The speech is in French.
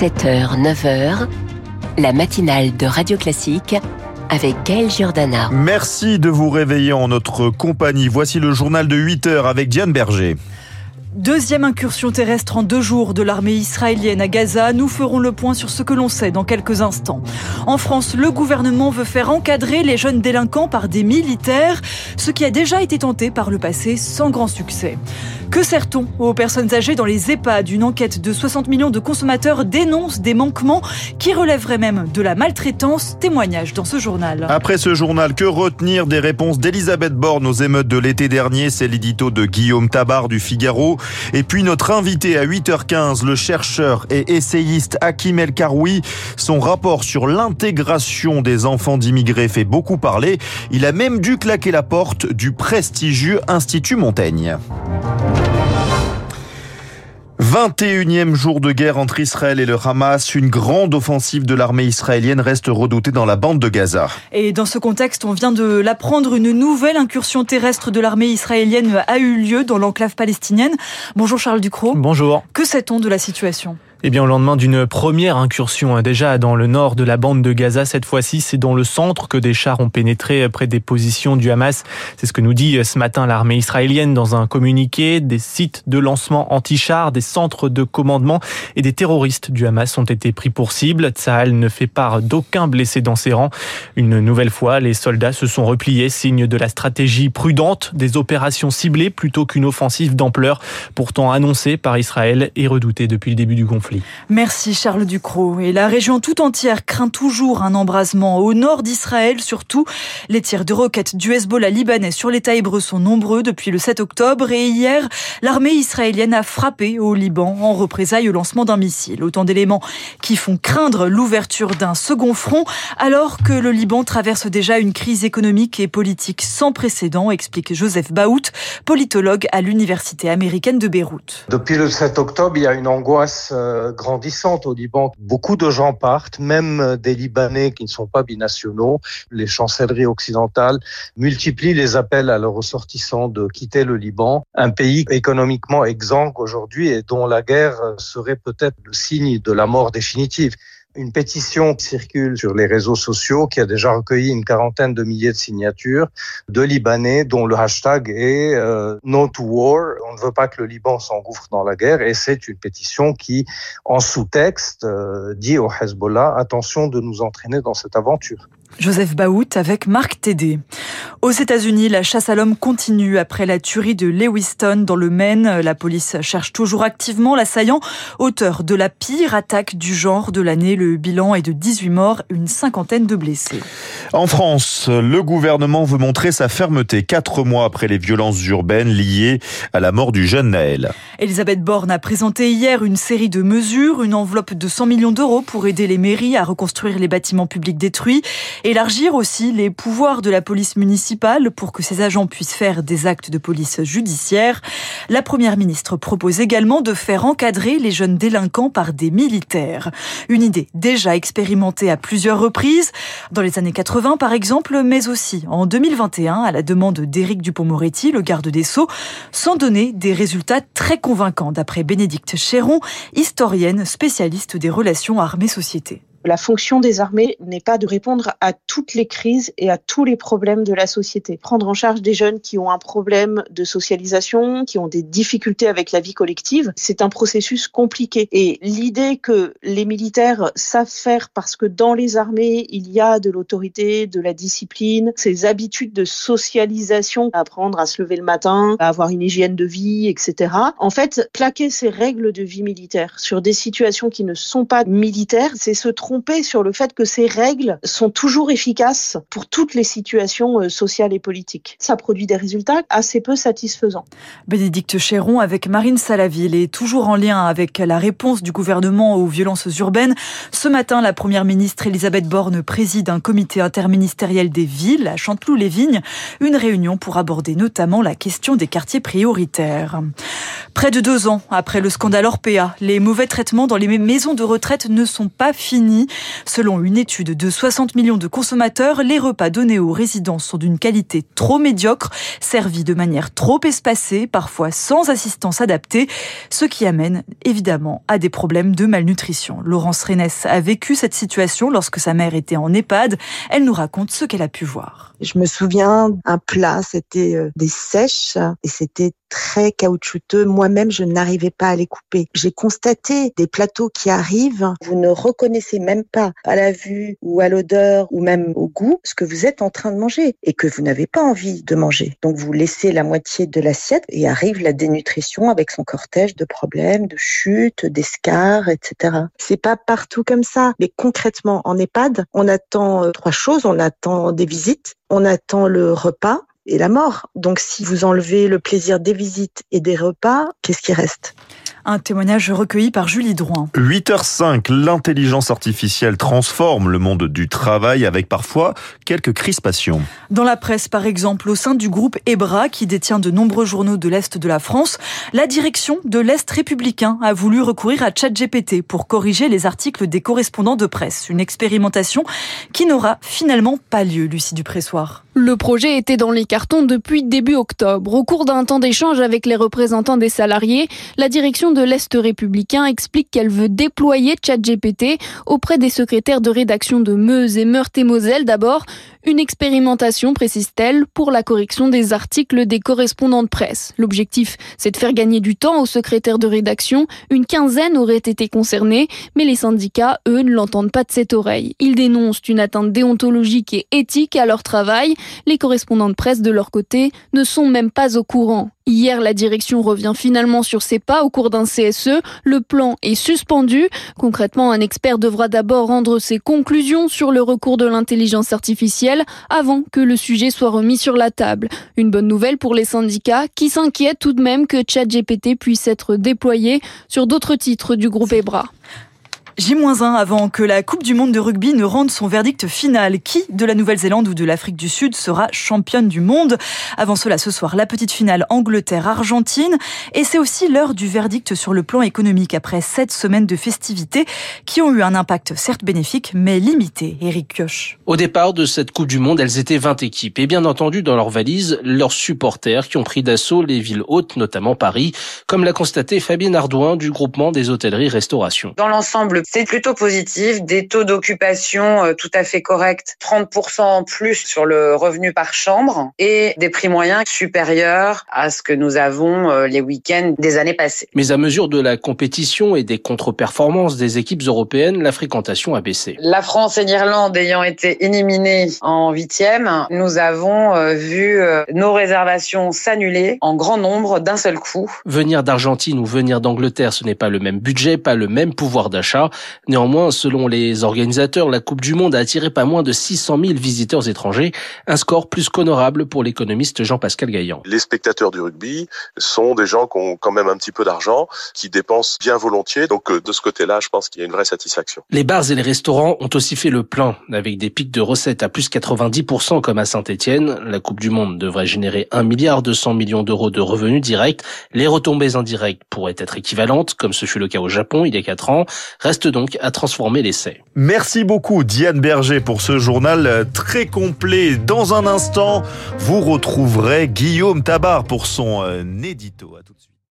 7h, 9h, la matinale de Radio Classique avec Gaël Giordana. Merci de vous réveiller en notre compagnie. Voici le journal de 8h avec Diane Berger. Deuxième incursion terrestre en 2 jours de l'armée israélienne à Gaza. Nous ferons le point sur ce que l'on sait dans quelques instants. En France, le gouvernement veut faire encadrer les jeunes délinquants par des militaires, ce qui a déjà été tenté par le passé sans grand succès. Que sert-on aux personnes âgées dans les EHPAD ? Une enquête de 60 millions de consommateurs dénonce des manquements qui relèveraient même de la maltraitance. Témoignage dans ce journal. Après ce journal, que retenir des réponses d'Elisabeth Borne aux émeutes de l'été dernier ? C'est l'édito de Guillaume Tabar du Figaro. Et puis notre invité à 8h15, le chercheur et essayiste Hakim El Karoui. Son rapport sur l'intégration des enfants d'immigrés fait beaucoup parler. Il a même dû claquer la porte du prestigieux Institut Montaigne. 21e jour de guerre entre Israël et le Hamas. Une grande offensive de l'armée israélienne reste redoutée dans la bande de Gaza. Et dans ce contexte, on vient de l'apprendre, une nouvelle incursion terrestre de l'armée israélienne a eu lieu dans l'enclave palestinienne. Bonjour Charles Ducrot. Bonjour. Que sait-on de la situation ? Eh bien, au lendemain d'une première incursion déjà dans le nord de la bande de Gaza, cette fois-ci, c'est dans le centre que des chars ont pénétré près des positions du Hamas. C'est ce que nous dit ce matin l'armée israélienne dans un communiqué. Des sites de lancement anti-chars, des centres de commandement et des terroristes du Hamas ont été pris pour cible. Tsahal ne fait part d'aucun blessé dans ses rangs. Une nouvelle fois, les soldats se sont repliés, signe de la stratégie prudente des opérations ciblées plutôt qu'une offensive d'ampleur, pourtant annoncée par Israël et redoutée depuis le début du conflit. Merci Charles Ducrot. Et la région tout entière craint toujours un embrasement. Au nord d'Israël, surtout, les tirs de roquettes du Hezbollah libanais sur l'État hébreu sont nombreux depuis le 7 octobre. Et hier, l'armée israélienne a frappé au Liban en représailles au lancement d'un missile. Autant d'éléments qui font craindre l'ouverture d'un second front, alors que le Liban traverse déjà une crise économique et politique sans précédent, explique Joseph Baout, politologue à l'université américaine de Beyrouth. Depuis le 7 octobre, il y a une angoisse grandissante au Liban. Beaucoup de gens partent, même des Libanais qui ne sont pas binationaux. Les chancelleries occidentales multiplient les appels à leurs ressortissants de quitter le Liban, un pays économiquement exsangue aujourd'hui et dont la guerre serait peut-être le signe de la mort définitive. Une pétition qui circule sur les réseaux sociaux qui a déjà recueilli une 40aine de milliers de signatures de Libanais dont le hashtag est No to War. On ne veut pas que le Liban s'engouffre dans la guerre et c'est une pétition qui, en sous-texte, dit au Hezbollah « Attention de nous entraîner dans cette aventure ». Joseph Baout avec Marc Tédé. Aux États-Unis, la chasse à l'homme continue après la tuerie de Lewiston dans le Maine. La police cherche toujours activement l'assaillant, auteur de la pire attaque du genre de l'année. Le bilan est de 18 morts, une 50aine de blessés. En France, le gouvernement veut montrer sa fermeté 4 mois après les violences urbaines liées à la mort du jeune Naël. Elisabeth Borne a présenté hier une série de mesures, une enveloppe de 100 millions d'euros pour aider les mairies à reconstruire les bâtiments publics détruits. Élargir aussi les pouvoirs de la police municipale pour que ses agents puissent faire des actes de police judiciaire. La première ministre propose également de faire encadrer les jeunes délinquants par des militaires. Une idée déjà expérimentée à plusieurs reprises, dans les années 80 par exemple, mais aussi en 2021 à la demande d'Éric Dupond-Moretti, le garde des Sceaux, sans donner des résultats très convaincants d'après Bénédicte Chéron, historienne spécialiste des relations armées-société. La fonction des armées n'est pas de répondre à toutes les crises et à tous les problèmes de la société. Prendre en charge des jeunes qui ont un problème de socialisation, qui ont des difficultés avec la vie collective, c'est un processus compliqué. Et l'idée que les militaires savent faire parce que dans les armées, il y a de l'autorité, de la discipline, ces habitudes de socialisation, apprendre à se lever le matin, à avoir une hygiène de vie, etc. En fait, plaquer ces règles de vie militaire sur des situations qui ne sont pas militaires, c'est se tromper sur le fait que ces règles sont toujours efficaces pour toutes les situations sociales et politiques. Ça produit des résultats assez peu satisfaisants. Bénédicte Chéron avec Marine Salaville est toujours en lien avec la réponse du gouvernement aux violences urbaines. Ce matin, la première ministre Elisabeth Borne préside un comité interministériel des villes à Chanteloup-les-Vignes, une réunion pour aborder notamment la question des quartiers prioritaires. Près de 2 ans après le scandale Orpea, les mauvais traitements dans les maisons de retraite ne sont pas finis. Selon une étude de 60 millions de consommateurs, les repas donnés aux résidents sont d'une qualité trop médiocre, servis de manière trop espacée, parfois sans assistance adaptée, ce qui amène évidemment à des problèmes de malnutrition. Laurence Reynès a vécu cette situation lorsque sa mère était en EHPAD. Elle nous raconte ce qu'elle a pu voir. Je me souviens, un plat, c'était des sèches et c'était très caoutchouteux. Moi-même, je n'arrivais pas à les couper. J'ai constaté des plateaux qui arrivent. Vous ne reconnaissez même pas à la vue ou à l'odeur ou même au goût ce que vous êtes en train de manger et que vous n'avez pas envie de manger. Donc, vous laissez la moitié de l'assiette et arrive la dénutrition avec son cortège de problèmes, de chutes, d'escarres, etc. C'est pas partout comme ça. Mais concrètement, en EHPAD, on attend 3 choses. On attend des visites, on attend le repas et la mort. Donc si vous enlevez le plaisir des visites et des repas, qu'est-ce qui reste ? Un témoignage recueilli par Julie Drouin. 8h05, l'intelligence artificielle transforme le monde du travail avec parfois quelques crispations. Dans la presse, par exemple, au sein du groupe EBRA, qui détient de nombreux journaux de l'Est de la France, la direction de l'Est républicain a voulu recourir à ChatGPT pour corriger les articles des correspondants de presse. Une expérimentation qui n'aura finalement pas lieu, Lucie Dupressoir. Le projet était dans les cartons depuis début octobre. Au cours d'un temps d'échange avec les représentants des salariés, la direction de l'Est républicain explique qu'elle veut déployer ChatGPT auprès des secrétaires de rédaction de Meuse et Meurthe-et-Moselle d'abord. Une expérimentation, précise-t-elle, pour la correction des articles des correspondants de presse. L'objectif, c'est de faire gagner du temps aux secrétaires de rédaction. Une quinzaine auraient été concernés, mais les syndicats, eux, ne l'entendent pas de cette oreille. Ils dénoncent une atteinte déontologique et éthique à leur travail. Les correspondants de presse, de leur côté, ne sont même pas au courant. Hier, la direction revient finalement sur ses pas au cours d'un CSE. Le plan est suspendu. Concrètement, un expert devra d'abord rendre ses conclusions sur le recours de l'intelligence artificielle avant que le sujet soit remis sur la table. Une bonne nouvelle pour les syndicats qui s'inquiètent tout de même que ChatGPT puisse être déployé sur d'autres titres du groupe EBRA. J-1 avant que la Coupe du Monde de rugby ne rende son verdict final. Qui de la Nouvelle-Zélande ou de l'Afrique du Sud sera championne du monde ? Avant cela, ce soir, la petite finale Angleterre-Argentine. Et c'est aussi l'heure du verdict sur le plan économique après 7 semaines de festivités qui ont eu un impact certes bénéfique, mais limité. Éric Kioch. Au départ de cette Coupe du Monde, elles étaient 20 équipes. Et bien entendu, dans leurs valises, leurs supporters qui ont pris d'assaut les villes hautes, notamment Paris, comme l'a constaté Fabienne Ardouin du groupement des hôtelleries-restauration. Dans l'ensemble, c'est plutôt positif, des taux d'occupation tout à fait corrects, 30% en plus sur le revenu par chambre et des prix moyens supérieurs à ce que nous avons les week-ends des années passées. Mais à mesure de la compétition et des contre-performances des équipes européennes, la fréquentation a baissé. La France et l'Irlande ayant été éliminées en 8e, nous avons vu nos réservations s'annuler en grand nombre d'un seul coup. Venir d'Argentine ou venir d'Angleterre, ce n'est pas le même budget, pas le même pouvoir d'achat. Néanmoins, selon les organisateurs, la Coupe du Monde a attiré pas moins de 600 000 visiteurs étrangers, un score plus qu'honorable pour l'économiste Jean-Pascal Gaillan. Les spectateurs du rugby sont des gens qui ont quand même un petit peu d'argent, qui dépensent bien volontiers, donc de ce côté-là, je pense qu'il y a une vraie satisfaction. Les bars et les restaurants ont aussi fait le plein, avec des pics de recettes à plus 90% comme à Saint-Étienne. La Coupe du Monde devrait générer 1,2 milliard d'euros de revenus directs. Les retombées indirectes pourraient être équivalentes, comme ce fut le cas au Japon il y a 4 ans. Reste donc à transformer l'essai. Merci beaucoup Diane Berger pour ce journal très complet. Dans un instant, vous retrouverez Guillaume Tabar pour son édito. À tout de suite.